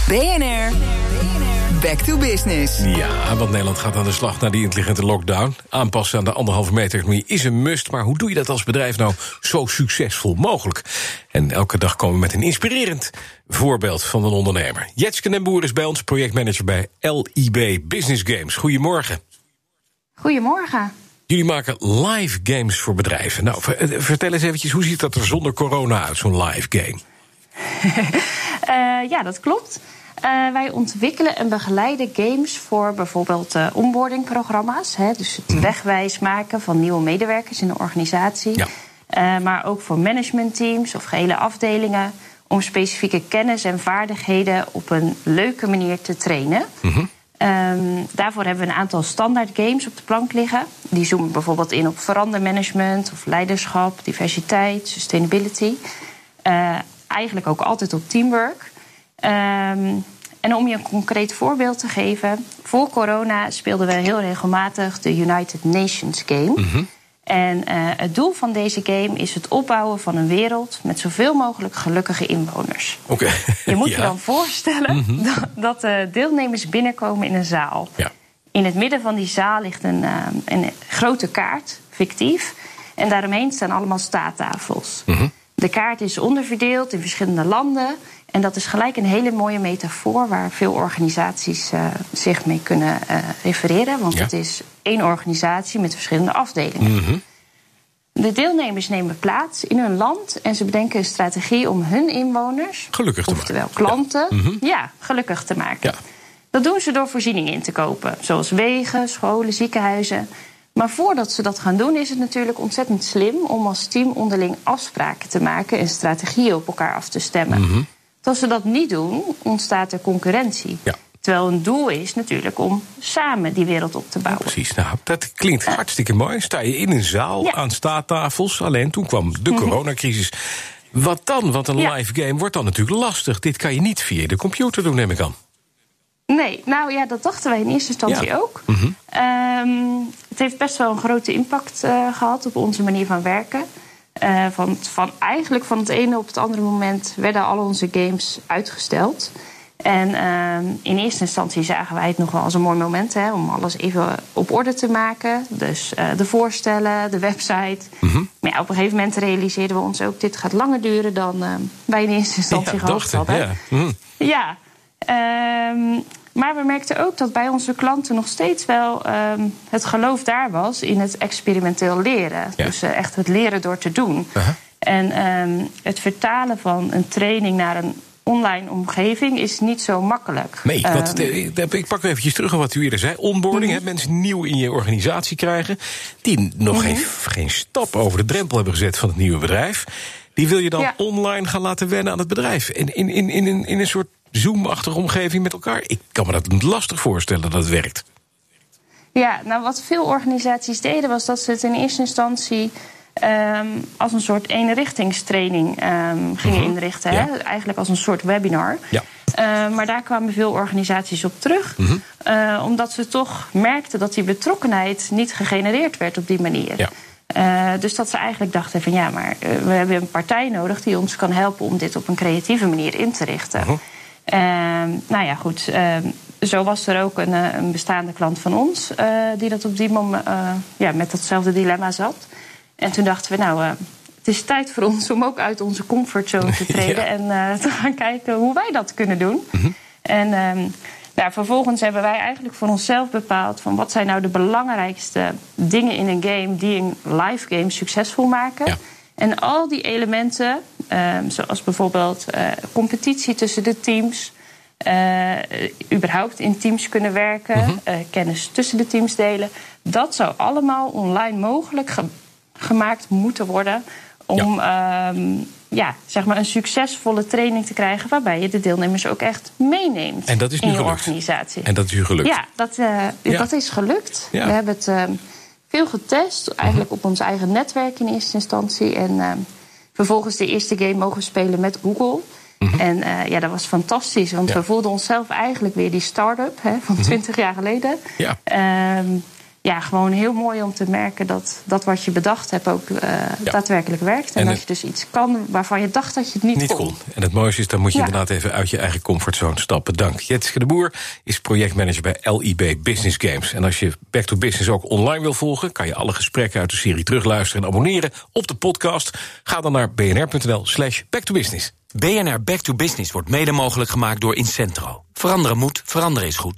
BNR Back to Business. Ja, want Nederland gaat aan de slag naar die intelligente lockdown. Aanpassen aan de 1,5 meter economie is een must. Maar hoe doe je dat als bedrijf nou zo succesvol mogelijk? En elke dag komen we met een inspirerend voorbeeld van een ondernemer. Jetske den Boer is bij ons projectmanager bij LIB Business Games. Goedemorgen. Goedemorgen. Jullie maken live games voor bedrijven. Nou, vertel eens eventjes, hoe ziet dat er zonder corona uit, zo'n live game? Ja, dat klopt. Wij ontwikkelen en begeleiden games voor bijvoorbeeld onboardingprogramma's. Dus het wegwijs maken van nieuwe medewerkers in de organisatie. Ja. Maar ook voor managementteams of gehele afdelingen, om specifieke kennis en vaardigheden op een leuke manier te trainen. Daarvoor hebben we een aantal standaard games op de plank liggen. Die zoomen bijvoorbeeld in op verandermanagement of leiderschap, diversiteit, sustainability. Eigenlijk ook altijd op teamwork. En om je een concreet voorbeeld te geven, voor corona speelden we heel regelmatig de United Nations Game. En het doel van deze game is het opbouwen van een wereld met zoveel mogelijk gelukkige inwoners. Je moet je dan voorstellen dat deelnemers binnenkomen in een zaal. Ja. In het midden van die zaal ligt een grote kaart, fictief. En daaromheen staan allemaal staattafels. De kaart is onderverdeeld in verschillende landen. En dat is gelijk een hele mooie metafoor waar veel organisaties zich mee kunnen refereren. Want het is één organisatie met verschillende afdelingen. De deelnemers nemen plaats in hun land en ze bedenken een strategie om hun inwoners, gelukkig te oftewel maken. Klanten, gelukkig te maken. Ja. Dat doen ze door voorzieningen in te kopen, zoals wegen, scholen, ziekenhuizen. Maar voordat ze dat gaan doen, is het natuurlijk ontzettend slim om als team onderling afspraken te maken en strategieën op elkaar af te stemmen. Als ze dat niet doen, ontstaat er concurrentie. Ja. Terwijl een doel is natuurlijk om samen die wereld op te bouwen. Ja, precies, nou, dat klinkt hartstikke mooi. Sta je in een zaal aan staattafels, alleen toen kwam de coronacrisis. Wat dan? Want een live game wordt dan natuurlijk lastig. Dit kan je niet via de computer doen, neem ik aan. Nee, nou ja, dat dachten wij in eerste instantie ook. Het heeft best wel een grote impact gehad op onze manier van werken. Eigenlijk van het ene op het andere moment werden al onze games uitgesteld. En in eerste instantie zagen wij het nog wel als een mooi moment om alles even op orde te maken. Dus de voorstellen, de website. Maar ja, op een gegeven moment realiseerden we ons ook, dit gaat langer duren dan wij in eerste instantie gehoopt hadden. Maar we merkten ook dat bij onze klanten nog steeds wel het geloof daar was in het experimenteel leren. Ja. Dus echt het leren door te doen. En het vertalen van een training naar een online omgeving is niet zo makkelijk. Nee, ik pak eventjes terug aan wat u eerder zei. Onboarding, mensen nieuw in je organisatie krijgen, die nog geen stap over de drempel hebben gezet van het nieuwe bedrijf. Die wil je dan online gaan laten wennen aan het bedrijf. In een soort Zoom-achtige omgeving met elkaar. Ik kan me dat lastig voorstellen dat het werkt. Ja, nou wat veel organisaties deden was dat ze het in eerste instantie als een soort eenrichtingstraining gingen inrichten. Ja. Eigenlijk als een soort webinar. Ja. Maar daar kwamen veel organisaties op terug. Omdat ze toch merkten dat die betrokkenheid niet gegenereerd werd op die manier. Ja. Dus dat ze eigenlijk dachten van maar we hebben een partij nodig die ons kan helpen om dit op een creatieve manier in te richten. Zo was er ook een bestaande klant van ons die dat op die moment met datzelfde dilemma zat. En toen dachten we, het is tijd voor ons om ook uit onze comfortzone te treden en te gaan kijken hoe wij dat kunnen doen. En vervolgens hebben wij eigenlijk voor onszelf bepaald van wat zijn nou de belangrijkste dingen in een game die een live game succesvol maken. Ja. En al die elementen, zoals bijvoorbeeld competitie tussen de teams, überhaupt in teams kunnen werken, kennis tussen de teams delen, dat zou allemaal online mogelijk gemaakt moeten worden om een succesvolle training te krijgen waarbij je de deelnemers ook echt meeneemt en dat is nu in je gelukt. Organisatie. En dat is u gelukt? Ja, dat is gelukt. Ja. We hebben het veel getest, eigenlijk op ons eigen netwerk in eerste instantie. En vervolgens de eerste game mogen spelen met Google. En dat was fantastisch, want we voelden onszelf eigenlijk weer die start-up van 20 jaar geleden. Ja. gewoon heel mooi om te merken dat wat je bedacht hebt ook daadwerkelijk werkt. En dat je dus iets kan waarvan je dacht dat je het niet kon. En het mooiste is, dan moet je inderdaad even uit je eigen comfortzone stappen. Dank. Jetske de Boer is projectmanager bij LIB Business Games. En als je Back to Business ook online wil volgen, kan je alle gesprekken uit de serie terugluisteren en abonneren op de podcast. Ga dan naar bnr.nl/backtobusiness. BNR Back to Business wordt mede mogelijk gemaakt door Incentro. Veranderen moet, veranderen is goed.